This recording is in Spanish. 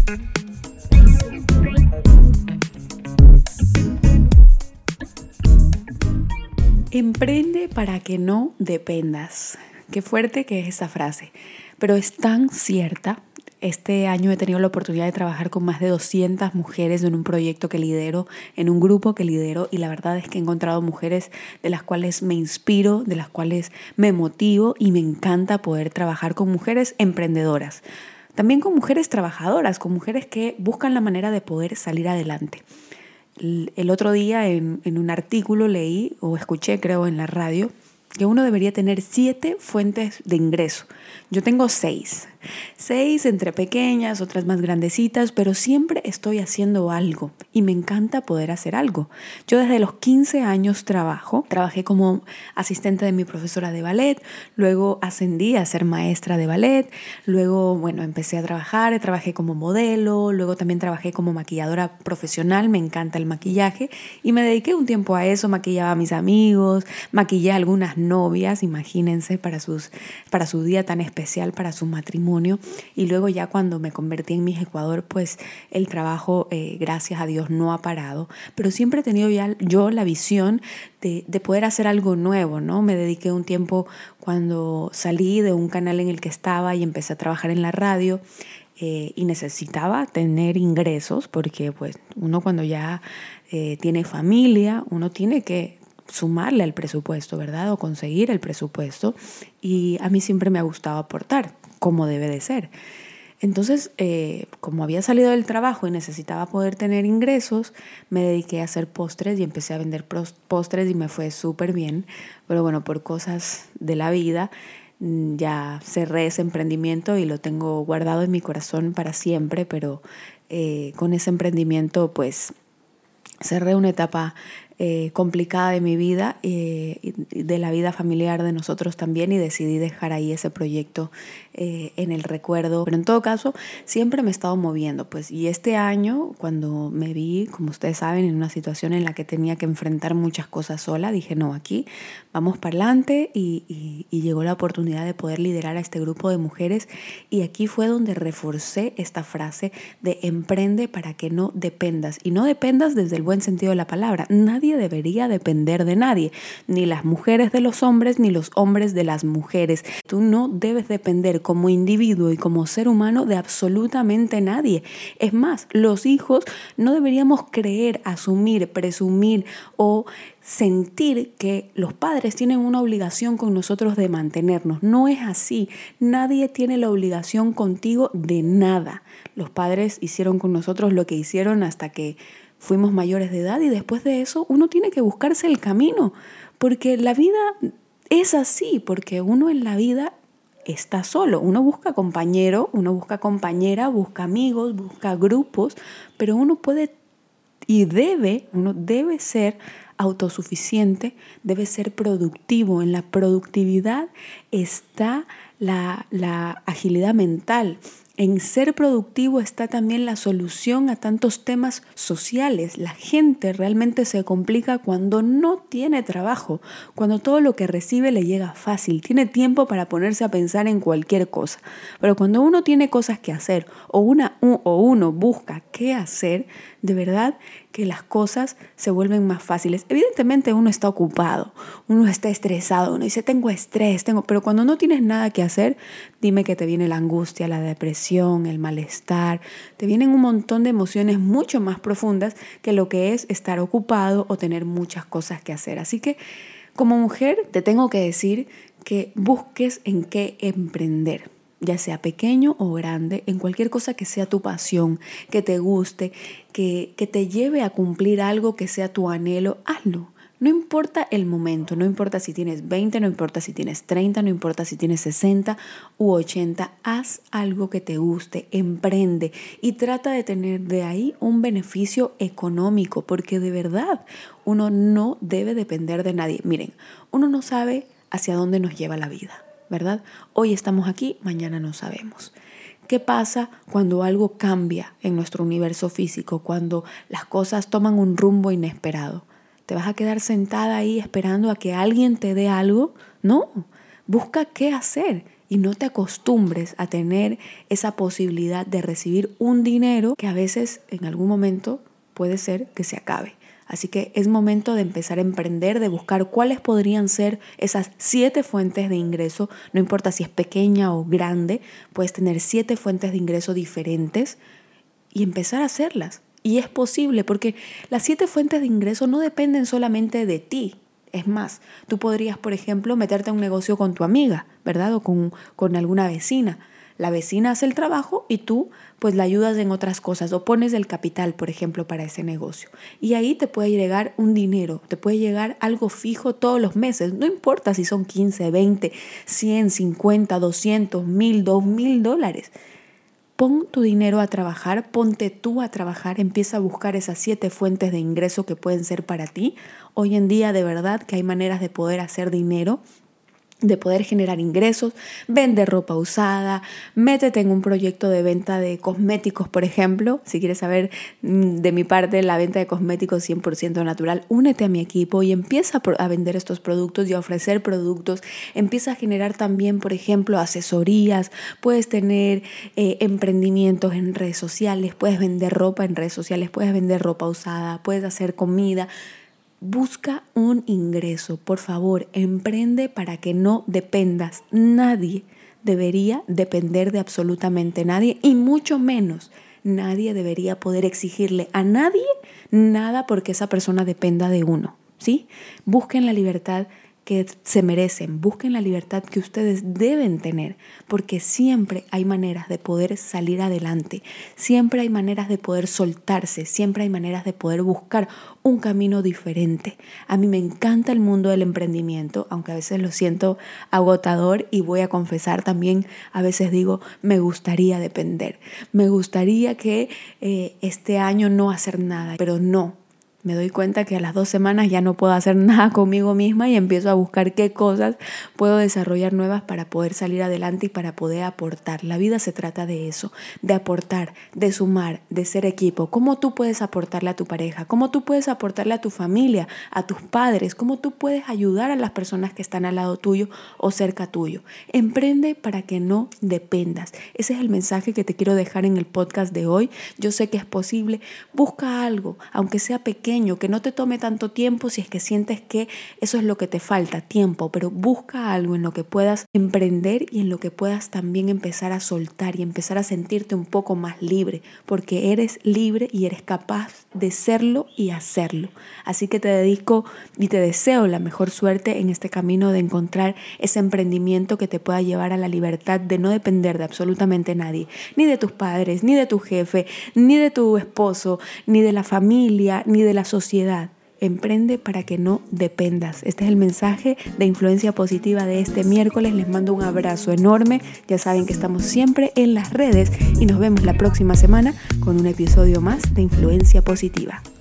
Emprende para que no dependas. Qué fuerte que es esa frase, pero es tan cierta. Este año he tenido la oportunidad de trabajar con más de 200 mujeres en un proyecto que lidero, en un grupo que lidero, y la verdad es que he encontrado mujeres de las cuales me inspiro, de las cuales me motivo, y me encanta poder trabajar con mujeres emprendedoras. También con mujeres trabajadoras, con mujeres que buscan la manera de poder salir adelante. El otro día en un artículo leí o escuché, creo, en la radio, que uno debería tener 7 fuentes de ingreso. Yo tengo 6. 6 entre pequeñas, otras más grandecitas, pero siempre estoy haciendo algo y me encanta poder hacer algo. Yo desde los 15 años trabajé como asistente de mi profesora de ballet, luego ascendí a ser maestra de ballet, luego, empecé a trabajar, trabajé como modelo, luego también trabajé como maquilladora profesional, me encanta el maquillaje y me dediqué un tiempo a eso, maquillaba a mis amigos, maquillé a algunas novias, imagínense, para su día tan especial, para su matrimonio. Y luego ya cuando me convertí en Miss Ecuador, pues el trabajo, gracias a Dios, no ha parado. Pero siempre he tenido ya yo la visión de poder hacer algo nuevo, ¿no? Me dediqué un tiempo cuando salí de un canal en el que estaba y empecé a trabajar en la radio. Y necesitaba tener ingresos porque pues uno cuando ya tiene familia, uno tiene que sumarle al presupuesto, ¿verdad? O conseguir el presupuesto. Y a mí siempre me ha gustado aportar, como debe de ser. Entonces, como había salido del trabajo y necesitaba poder tener ingresos, me dediqué a hacer postres y empecé a vender postres y me fue súper bien. Pero bueno, por cosas de la vida, ya cerré ese emprendimiento y lo tengo guardado en mi corazón para siempre, pero con ese emprendimiento pues cerré una etapa complicada de mi vida y de la vida familiar de nosotros también, y decidí dejar ahí ese proyecto en el recuerdo. Pero en todo caso, siempre me he estado moviendo, pues, y este año, cuando me vi, como ustedes saben, en una situación en la que tenía que enfrentar muchas cosas sola, dije, no, aquí vamos para adelante, y llegó la oportunidad de poder liderar a este grupo de mujeres, y aquí fue donde reforcé esta frase de emprende para que no dependas, y no dependas desde el buen sentido de la palabra. Nadie debería depender de nadie, ni las mujeres de los hombres, ni los hombres de las mujeres. Tú no debes depender como individuo y como ser humano de absolutamente nadie. Es más, los hijos no deberíamos creer, asumir, presumir o sentir que los padres tienen una obligación con nosotros de mantenernos. No es así. Nadie tiene la obligación contigo de nada. Los padres hicieron con nosotros lo que hicieron hasta que fuimos mayores de edad, y después de eso uno tiene que buscarse el camino, porque la vida es así, porque uno en la vida está solo. Uno busca compañero, uno busca compañera, busca amigos, busca grupos, pero uno puede uno debe ser autosuficiente, debe ser productivo. En la productividad está la agilidad mental. En ser productivo está también la solución a tantos temas sociales. La gente realmente se complica cuando no tiene trabajo, cuando todo lo que recibe le llega fácil, tiene tiempo para ponerse a pensar en cualquier cosa. Pero cuando uno tiene cosas que hacer o uno busca qué hacer, de verdad que las cosas se vuelven más fáciles. Evidentemente uno está ocupado, uno está estresado, uno dice tengo estrés, pero cuando no tienes nada que hacer, dime que te viene la angustia, la depresión, el malestar, te vienen un montón de emociones mucho más profundas que lo que es estar ocupado o tener muchas cosas que hacer. Así que como mujer te tengo que decir que busques en qué emprender, ya sea pequeño o grande, en cualquier cosa que sea tu pasión, que te guste, que te lleve a cumplir algo que sea tu anhelo, hazlo. No importa el momento, no importa si tienes 20, no importa si tienes 30, no importa si tienes 60 u 80, haz algo que te guste, emprende y trata de tener de ahí un beneficio económico, porque de verdad uno no debe depender de nadie. Miren, uno no sabe hacia dónde nos lleva la vida, ¿verdad? Hoy estamos aquí, mañana no sabemos. ¿Qué pasa cuando algo cambia en nuestro universo físico, cuando las cosas toman un rumbo inesperado? ¿Te vas a quedar sentada ahí esperando a que alguien te dé algo? No, busca qué hacer. y no te acostumbres a tener esa posibilidad de recibir un dinero que a veces en algún momento puede ser que se acabe. Así que es momento de empezar a emprender, de buscar cuáles podrían ser esas 7 fuentes de ingreso. No importa si es pequeña o grande, puedes tener 7 fuentes de ingreso diferentes y empezar a hacerlas. Y es posible porque las 7 fuentes de ingreso no dependen solamente de ti. Es más, tú podrías, por ejemplo, meterte a un negocio con tu amiga, ¿verdad? O con alguna vecina. La vecina hace el trabajo y tú pues la ayudas en otras cosas o pones el capital, por ejemplo, para ese negocio. Y ahí te puede llegar un dinero, te puede llegar algo fijo todos los meses. No importa si son 15, 20, 100, 50, 200, 1000, $2000. Pon tu dinero a trabajar, ponte tú a trabajar, empieza a buscar esas 7 fuentes de ingreso que pueden ser para ti. Hoy en día de verdad que hay maneras de poder hacer dinero, de poder generar ingresos, vender ropa usada, métete en un proyecto de venta de cosméticos, por ejemplo. Si quieres saber de mi parte la venta de cosméticos 100% natural, únete a mi equipo y empieza a vender estos productos y a ofrecer productos. Empieza a generar también, por ejemplo, asesorías, puedes tener emprendimientos en redes sociales, puedes vender ropa en redes sociales, puedes vender ropa usada, puedes hacer comida. Busca un ingreso, por favor, emprende para que no dependas. Nadie debería depender de absolutamente nadie y mucho menos nadie debería poder exigirle a nadie nada porque esa persona dependa de uno, ¿sí? Busquen la libertad que se merecen, busquen la libertad que ustedes deben tener, porque siempre hay maneras de poder salir adelante, siempre hay maneras de poder soltarse, siempre hay maneras de poder buscar un camino diferente. A mí me encanta el mundo del emprendimiento, aunque a veces lo siento agotador y voy a confesar también, a veces digo, me gustaría depender, me gustaría que este año no hacer nada, pero no. Me doy cuenta que a las 2 semanas ya no puedo hacer nada conmigo misma y empiezo a buscar qué cosas puedo desarrollar nuevas para poder salir adelante y para poder aportar. La vida se trata de eso, de aportar, de sumar, de ser equipo. ¿Cómo tú puedes aportarle a tu pareja? ¿Cómo tú puedes aportarle a tu familia, a tus padres? ¿Cómo tú puedes ayudar a las personas que están al lado tuyo o cerca tuyo? Emprende para que no dependas. Ese es el mensaje que te quiero dejar en el podcast de hoy. Yo sé que es posible. Busca algo, aunque sea pequeño, que no te tome tanto tiempo si es que sientes que eso es lo que te falta, tiempo, pero busca algo en lo que puedas emprender y en lo que puedas también empezar a soltar y empezar a sentirte un poco más libre, porque eres libre y eres capaz de serlo y hacerlo. Así que te dedico y te deseo la mejor suerte en este camino de encontrar ese emprendimiento que te pueda llevar a la libertad de no depender de absolutamente nadie, ni de tus padres, ni de tu jefe, ni de tu esposo, ni de la familia, ni de la sociedad. Emprende para que no dependas. Este es el mensaje de influencia positiva de este miércoles. Les mando un abrazo enorme. Ya saben que estamos siempre en las redes y nos vemos la próxima semana con un episodio más de Influencia Positiva.